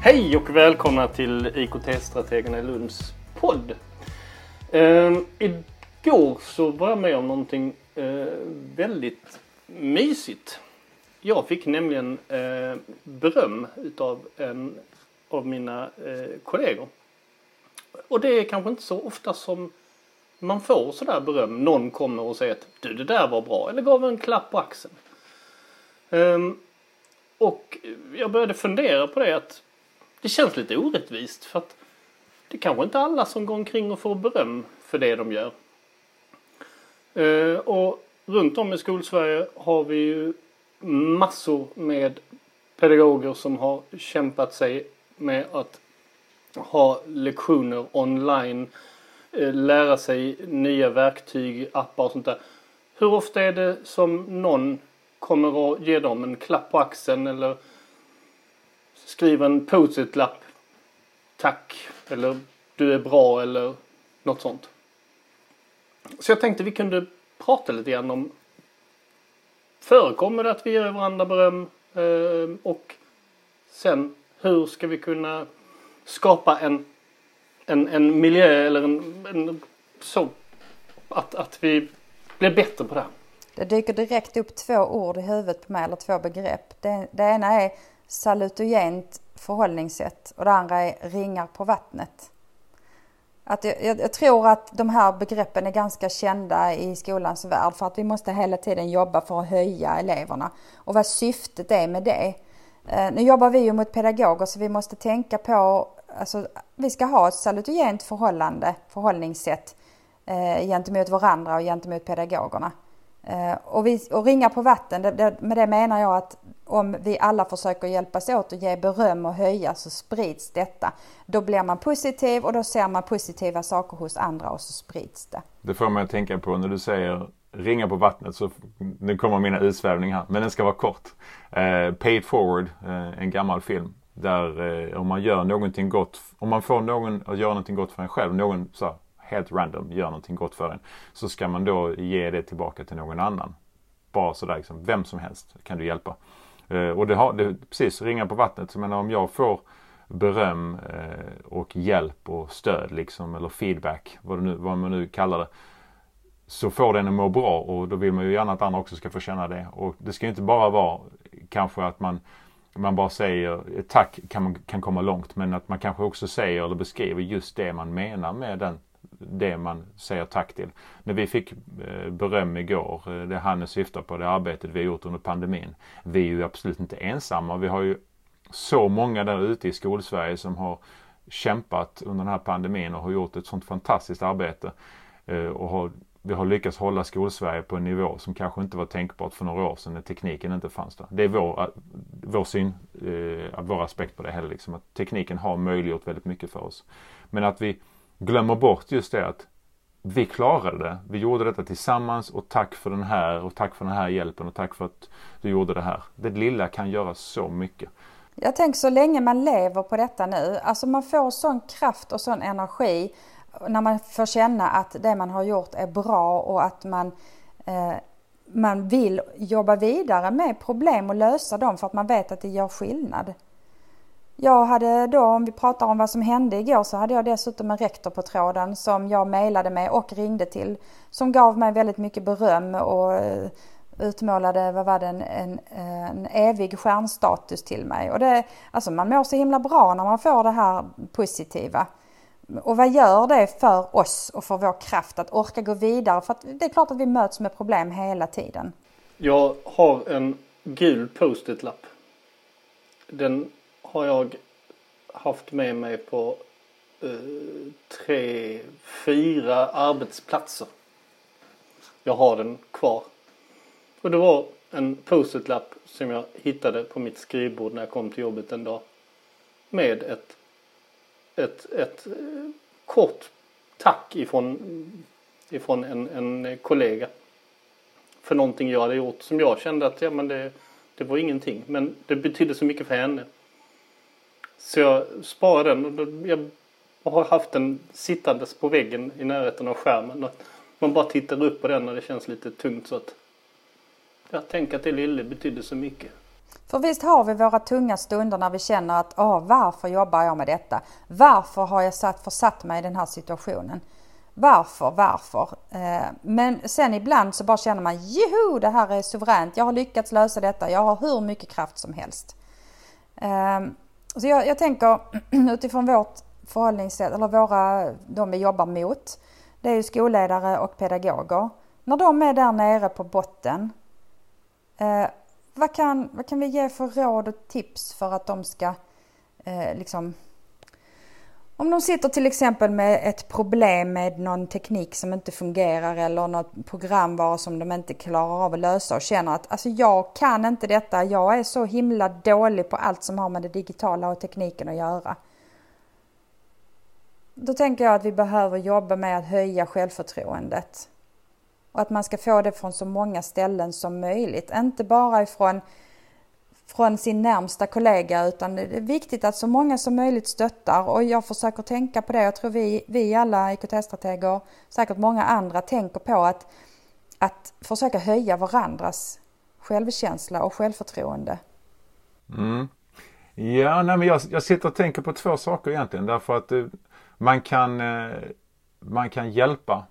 Hej och välkomna till IKT-strategerna i Lunds podd. Igår så var jag med om någonting väldigt mysigt. Jag fick nämligen beröm utav en av mina kollegor. Och det är kanske inte så ofta som man får sådär beröm. Någon kommer och säger att du, det där var bra. Eller gav en klapp på axeln. Och jag började fundera på det, att det känns lite orättvist, för att det kanske inte alla som går omkring och får beröm för det de gör. Och runt om i Skolsverige har vi ju massor med pedagoger som har kämpat sig med att ha lektioner online, lära sig nya verktyg, appar och sånt där. Hur ofta är det som någon kommer att ge dem en klapp på axeln eller skriva en post-it-lapp, tack, eller du är bra, eller något sånt. Så jag tänkte vi kunde prata lite grann om, förekommer det att vi ger varandra beröm, och sen hur ska vi kunna skapa en miljö eller en så att vi blir bättre på det. Det dyker direkt upp två ord i huvudet på mig, eller två begrepp. Det ena är salutogent förhållningssätt och det andra är ringar på vattnet. Jag tror att de här begreppen är ganska kända i skolans värld, för att vi måste hela tiden jobba för att höja eleverna. Och vad syftet är med det. Nu jobbar vi ju mot pedagoger, så vi måste tänka på, alltså, vi ska ha ett salutogent förhållningssätt gentemot varandra och gentemot pedagogerna. Och ringa på vatten, med det menar jag att om vi alla försöker hjälpas åt och ge beröm och höja, så sprids detta. Då blir man positiv och då ser man positiva saker hos andra och så sprids det. Det får man tänka på när du säger ringa på vattnet, så nu kommer mina utsvävning här, men den ska vara kort. Pay it forward, en gammal film där om man gör någonting gott, om man får någon att göra någonting gott för en själv, någon så helt random gör någonting gott för en, så ska man då ge det tillbaka till någon annan. Bara sådär liksom, vem som helst kan du hjälpa. Och det precis, ringa på vattnet. Så menar, om jag får beröm och hjälp och stöd liksom, eller feedback, vad man nu kallar det, så får den att må bra, och då vill man ju gärna att andra också ska få känna det. Och det ska inte bara vara kanske att man bara säger tack kan komma långt, men att man kanske också säger eller beskriver just det man menar med det man säger tack till. När vi fick beröm igår, det Hannes syftar på, det arbetet vi har gjort under pandemin. Vi är ju absolut inte ensamma. Vi har ju så många där ute i Skolsverige som har kämpat under den här pandemin och har gjort ett sånt fantastiskt arbete. Och vi har lyckats hålla Skolsverige på en nivå som kanske inte var tänkbart för några år sedan när tekniken inte fanns där. Det är vår syn, vår aspekt på det heller. Liksom, att tekniken har möjliggjort väldigt mycket för oss. Men att vi glömmer bort just det, att vi klarade det. Vi gjorde detta tillsammans, och tack för den här hjälpen, och tack för att du gjorde det här. Det lilla kan göra så mycket. Jag tänker så länge man lever på detta nu, alltså man får sån kraft och sån energi när man får känna att det man har gjort är bra, och att man vill jobba vidare med problem och lösa dem, för att man vet att det gör skillnad. Jag hade då, om vi pratar om vad som hände igår, så hade jag dessutom en rektor på tråden som jag mejlade med och ringde till, som gav mig väldigt mycket beröm och utmålade, en evig stjärnstatus till mig. Och alltså man mår så himla bra när man får det här positiva. Och vad gör det för oss och för vår kraft att orka gå vidare? För att det är klart att vi möts med problem hela tiden. Jag har en gul post-it-lapp. Den har jag haft med mig på 3-4 arbetsplatser. Jag har den kvar. Och det var en post-it-lapp som jag hittade på mitt skrivbord när jag kom till jobbet en dag. Med ett kort tack ifrån en kollega. För någonting jag hade gjort som jag kände att det var ingenting. Men det betydde så mycket för henne. Så jag sparade den, och jag har haft den sittandes på väggen i närheten av skärmen. Och man bara tittar upp på den när det känns lite tungt, så att jag tänker att det lilla betydde så mycket. För visst har vi våra tunga stunder när vi känner att varför jobbar jag med detta? Varför har jag försatt mig i den här situationen? Varför? Men sen ibland så bara känner man, joho, det här är suveränt. Jag har lyckats lösa detta. Jag har hur mycket kraft som helst. Så jag tänker utifrån vårt förhållningssätt, eller de vi jobbar mot, det är ju skolledare och pedagoger. När de är där nere på botten, vad kan vi ge för råd och tips för att de ska om de sitter till exempel med ett problem med någon teknik som inte fungerar eller något programvara som de inte klarar av att lösa och känner att alltså jag kan inte detta, jag är så himla dålig på allt som har med det digitala och tekniken att göra. Då tänker jag att vi behöver jobba med att höja självförtroendet. Och att man ska få det från så många ställen som möjligt. Inte bara från sin närmsta kollega, utan det är viktigt att så många som möjligt stöttar. Och jag försöker tänka på det. Jag tror vi alla IKT-strateger, säkert många andra, tänker på att försöka höja varandras självkänsla och självförtroende. Mm. Ja, men jag sitter och tänker på två saker egentligen. Därför att man kan hjälpa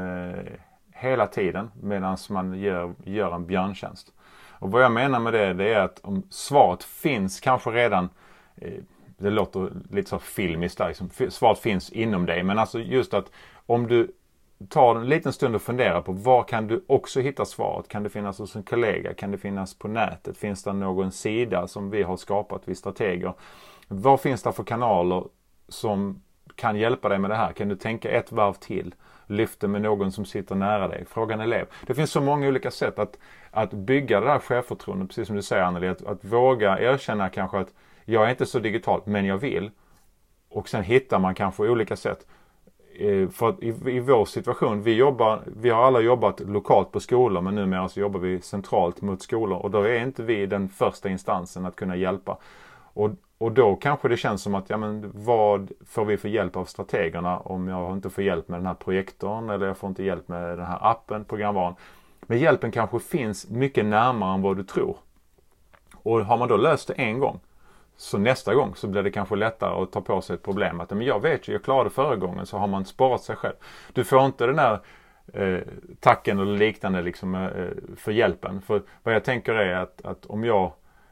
hela tiden medan man gör en björntjänst. Och vad jag menar med det är att om svaret finns kanske redan, det låter lite så filmiskt där, liksom, svaret finns inom dig. Men alltså just att om du tar en liten stund och funderar på var kan du också hitta svaret? Kan det finnas hos en kollega? Kan det finnas på nätet? Finns det någon sida som vi har skapat, vi strateger? Vad finns det för kanaler som kan hjälpa dig med det här? Kan du tänka ett varv till? Lyfta med någon som sitter nära dig. Fråga en elev. Det finns så många olika sätt att bygga det här självförtroendet, precis som du säger Anneli, att våga erkänna kanske att jag är inte så digital, men jag vill. Och sen hittar man kanske olika sätt. För att i vår situation, vi har alla jobbat lokalt på skolor, men numera så jobbar vi centralt mot skolor. Och då är inte vi den första instansen att kunna hjälpa. Och då kanske det känns som att, vad får vi för hjälp av strategerna om jag inte får hjälp med den här projektorn eller jag får inte hjälp med den här appen, programvaran. Men hjälpen kanske finns mycket närmare än vad du tror. Och har man då löst det en gång, så nästa gång så blir det kanske lättare att ta på sig ett problem. Att men jag vet ju, jag klarade förra gången, så har man sparat sig själv. Du får inte den där tacken eller liknande liksom, för hjälpen. För vad jag tänker är att om jag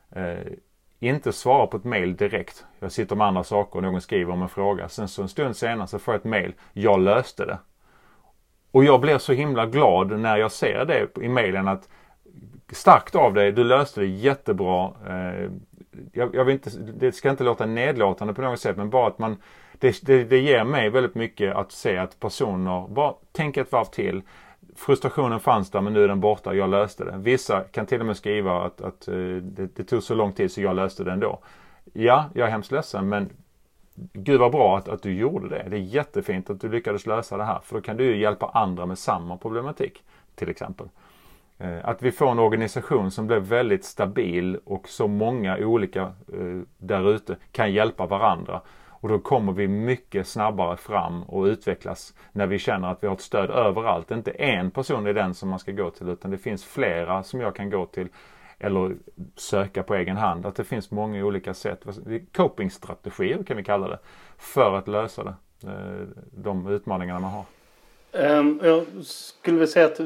inte svarar på ett mejl direkt. Jag sitter med andra saker och någon skriver om en fråga. Sen så en stund senare så får jag ett mejl. Jag löste det. Och jag blir så himla glad när jag ser det i mejlen att starkt av dig, du löste det jättebra. Jag vill inte, det ska inte låta nedlåtande på något sätt, men bara att det ger mig väldigt mycket att se att personer bara tänker ett varv till. Frustrationen fanns där, men nu är den borta. Jag löste det. Vissa kan till och med skriva att det tog så lång tid så jag löste det ändå. Ja, jag är hemskt ledsen, men gud vad bra att du gjorde det. Det är jättefint att du lyckades lösa det här. För då kan du ju hjälpa andra med samma problematik, till exempel. Att vi får en organisation som blir väldigt stabil och så många olika där ute kan hjälpa varandra. Och då kommer vi mycket snabbare fram och utvecklas när vi känner att vi har ett stöd överallt. Inte en person är den som man ska gå till, utan det finns flera som jag kan gå till eller söka på egen hand. Att det finns många olika sätt, copingstrategier kan vi kalla det, för att lösa det, de utmaningarna man har. Jag skulle vilja säga att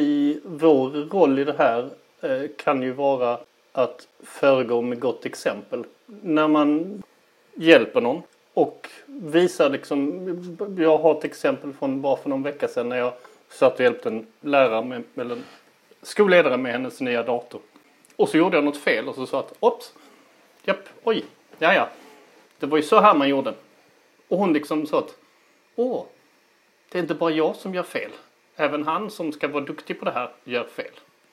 vår roll i det här kan ju vara att föregå med gott exempel. När man hjälper någon och visar liksom, jag har ett exempel från bara för någon vecka sedan när jag satt och hjälpte en lärare eller en skolledare med hennes nya dator. Och så gjorde jag något fel och så sa att, oj, ja, det var ju så här man gjorde. Och hon liksom sa att, det är inte bara jag som gör fel. Även han som ska vara duktig på det här gör fel.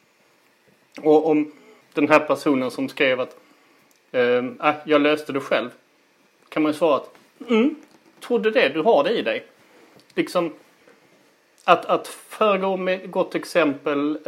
Och om den här personen som skrev att jag löste det själv, kan man ju svara att trodde det, du har det i dig. Liksom att föregå med gott exempel,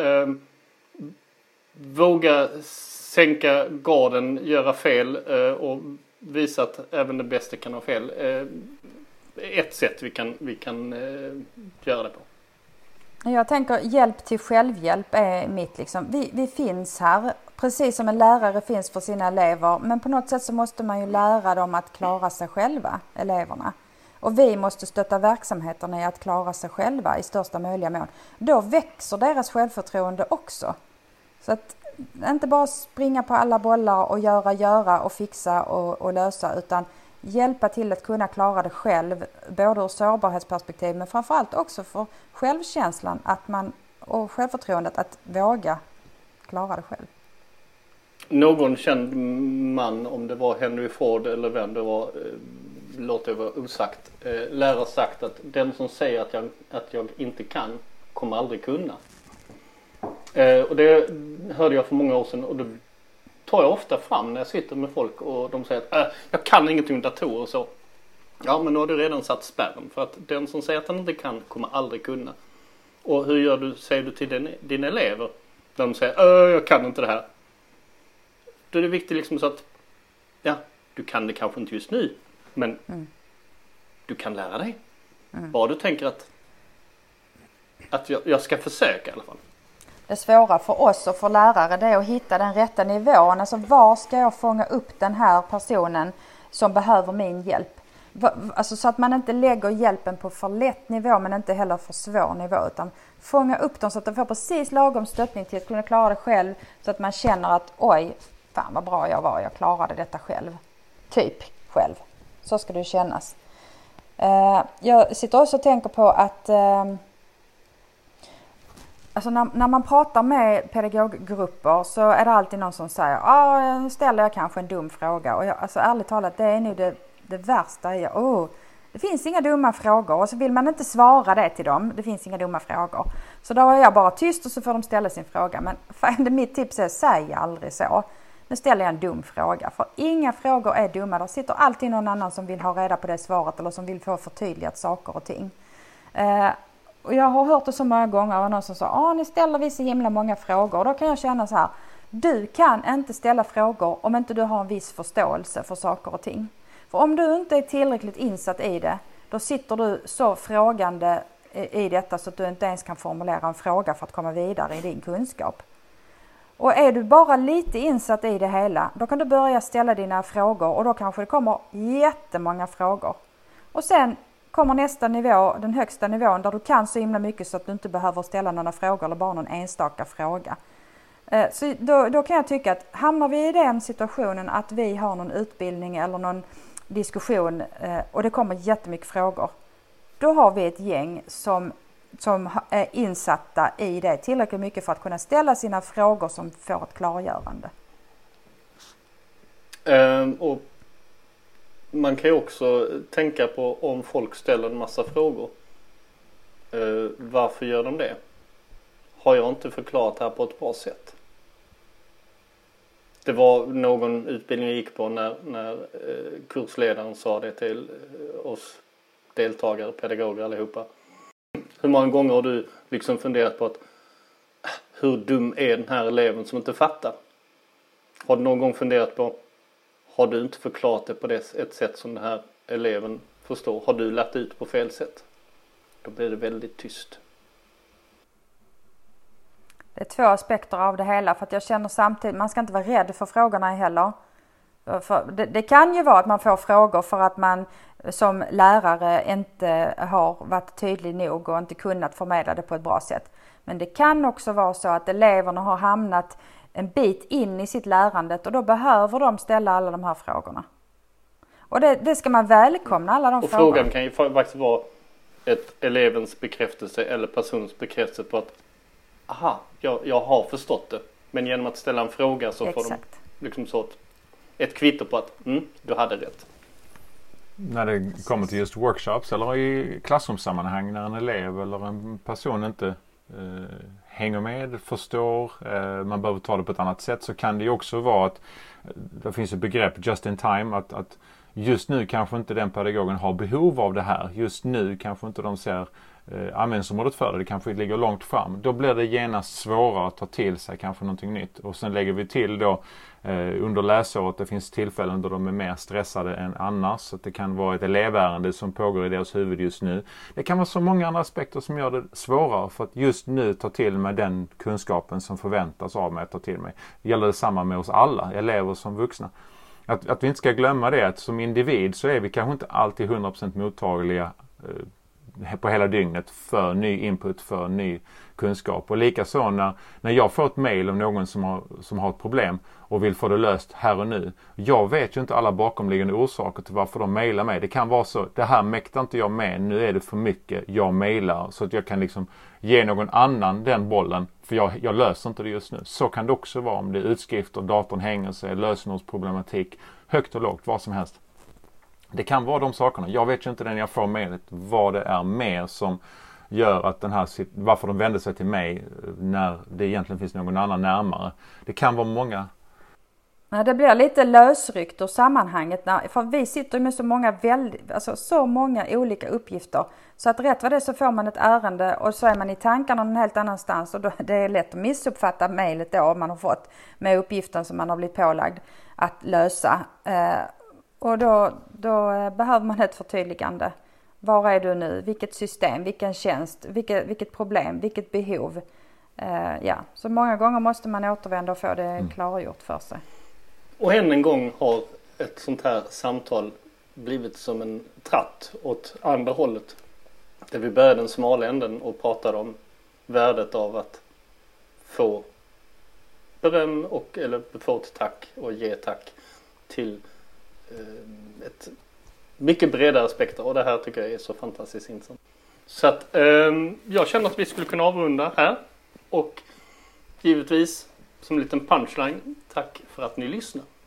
våga sänka garden, göra fel och visa att även det bästa kan ha fel. Ett sätt vi kan göra det på. Jag tänker hjälp till självhjälp är mitt liksom. Vi finns här precis som en lärare finns för sina elever, men på något sätt så måste man ju lära dem att klara sig själva, eleverna. Och vi måste stötta verksamheterna i att klara sig själva i största möjliga mån. Då växer deras självförtroende också. Så att inte bara springa på alla bollar och göra och fixa och lösa, utan hjälpa till att kunna klara det själv, både ur sårbarhetsperspektiv men framförallt också för självkänslan och självförtroendet att våga klara det själv. Någon känd man, om det var Henry Ford eller vem det var, låter jag vara osagt, lärare sagt att den som säger att jag inte kan kommer aldrig kunna. Och det hörde jag för många år sedan, och då tar jag ofta fram när jag sitter med folk och de säger att jag kan ingenting om datorer och så. Ja, men då har du redan satt spärren, för att den som säger att han inte kan kommer aldrig kunna. Och hur säger du till dina elever när de säger jag kan inte det här? Då är det viktigt liksom så att du kan det kanske inte just nu, men du kan lära dig. Bara du tänker att jag ska försöka i alla fall. Det svåra för oss och för lärare, det är att hitta den rätta nivån. Alltså var ska jag fånga upp den här personen som behöver min hjälp? Alltså så att man inte lägger hjälpen på för lätt nivå men inte heller för svår nivå, utan fånga upp dem så att de får precis lagom stöttning till att kunna klara det själv, så att man känner att oj, fan vad bra jag klarade detta själv. Typ själv. Så ska det kännas. Jag sitter också och tänker på att alltså när man pratar med pedagoggrupper så är det alltid någon som säger nu ställer jag kanske en dum fråga. Och alltså ärligt talat, det är nu det värsta. Det finns inga dumma frågor, och så vill man inte svara det till dem. Det finns inga dumma frågor. Så då är jag bara tyst och så får de ställa sin fråga. Men mitt tips är, säg aldrig så. Nu ställer jag en dum fråga. För inga frågor är dumma. Där sitter alltid någon annan som vill ha reda på det svaret eller som vill få förtydligat saker och ting. Och jag har hört det så många gånger av någon som sa ni ställer vi så himla många frågor. Och då kan jag känna så här: du kan inte ställa frågor om inte du har en viss förståelse för saker och ting. För om du inte är tillräckligt insatt i det, då sitter du så frågande i detta så att du inte ens kan formulera en fråga för att komma vidare i din kunskap. Och är du bara lite insatt i det hela, då kan du börja ställa dina frågor, och då kanske det kommer jättemånga frågor. Och sen kommer nästa nivå, den högsta nivån, där du kan så himla mycket så att du inte behöver ställa några frågor eller bara någon enstaka fråga. Så då kan jag tycka att hamnar vi i den situationen att vi har någon utbildning eller någon diskussion och det kommer jättemycket frågor, då har vi ett gäng som är insatta i det tillräckligt mycket för att kunna ställa sina frågor som får ett klargörande. Och man kan ju också tänka på, om folk ställer en massa frågor, varför gör de det? Har jag inte förklarat det här på ett bra sätt? Det var någon utbildning jag gick på när kursledaren sa det till oss deltagare, pedagoger allihopa. Hur många gånger har du liksom funderat på att hur dum är den här eleven som inte fattar? Har du någon gång funderat på, har du inte förklarat det på ett sätt som den här eleven förstår? Har du lagt ut på fel sätt? Då blir det väldigt tyst. Det är två aspekter av det hela, för att jag känner samtidigt, man ska inte vara rädd för frågorna heller. För det kan ju vara att man får frågor för att man som lärare inte har varit tydlig nog och inte kunnat förmedla det på ett bra sätt. Men det kan också vara så att eleverna har hamnat en bit in i sitt lärande och då behöver de ställa alla de här frågorna. Och det ska man välkomna, alla de frågorna. Och frågan kan ju faktiskt vara elevens bekräftelse eller persons bekräftelse på att jag har förstått det. Men genom att ställa en fråga så får de liksom så ett kvitto på att du hade rätt. När det kommer till just workshops eller i klassrumssammanhang, när en elev eller en person inte hänger med, förstår, man behöver ta det på ett annat sätt, så kan det ju också vara att det finns ett begrepp just in time, att just nu kanske inte den pedagogen har behov av det här. Just nu kanske inte de ser användningsområdet för det kanske ligger långt fram. Då blir det genast svårare att ta till sig kanske någonting nytt. Och sen lägger vi till då under läsåret, det finns tillfällen då de är mer stressade än annars. Så att det kan vara ett elevärende som pågår i deras huvud just nu. Det kan vara så många andra aspekter som gör det svårare för att just nu ta till mig den kunskapen som förväntas av mig att ta till mig. Det gäller detsamma med oss alla, elever som vuxna. Att vi inte ska glömma det, att som individ så är vi kanske inte alltid 100% mottagliga på hela dygnet för ny input, för ny kunskap. Och likaså när jag får ett mejl om någon som har ett problem och vill få det löst här och nu. Jag vet ju inte alla bakomliggande orsaker till varför de mejlar mig. Det kan vara så, det här mäktar inte jag med, nu är det för mycket, jag mejlar. Så att jag kan liksom ge någon annan den bollen, för jag löser inte det just nu. Så kan det också vara om det är utskrifter, datorn hänger sig, lösenordsproblematik, högt och lågt, vad som helst. Det kan vara de sakerna. Jag vet ju inte när jag får mejlet vad det är mer som gör att varför de vänder sig till mig när det egentligen finns någon annan närmare. Det kan vara många. Det blir lite lösryckt ur sammanhanget. För vi sitter med så många olika uppgifter. Så att rätt vad det så får man ett ärende och så är man i tankarna någon helt annanstans. Och då, det är lätt att missuppfatta mejlet då man har fått med uppgiften som man har blivit pålagd att lösa. Och då behöver man ett förtydligande. Var är du nu? Vilket system? Vilken tjänst? Vilket problem? Vilket behov? Så många gånger måste man återvända och få det klargjort för sig. Och än en gång har ett sånt här samtal blivit som en tratt åt andra hållet. Där vi började den smala änden och pratade om värdet av att få beröm eller få ett tack och ge tack till ett mycket bredare aspekter, och det här tycker jag är så fantastiskt intressant. Så att jag känner att vi skulle kunna avrunda här, och givetvis som en liten punchline, tack för att ni lyssnar.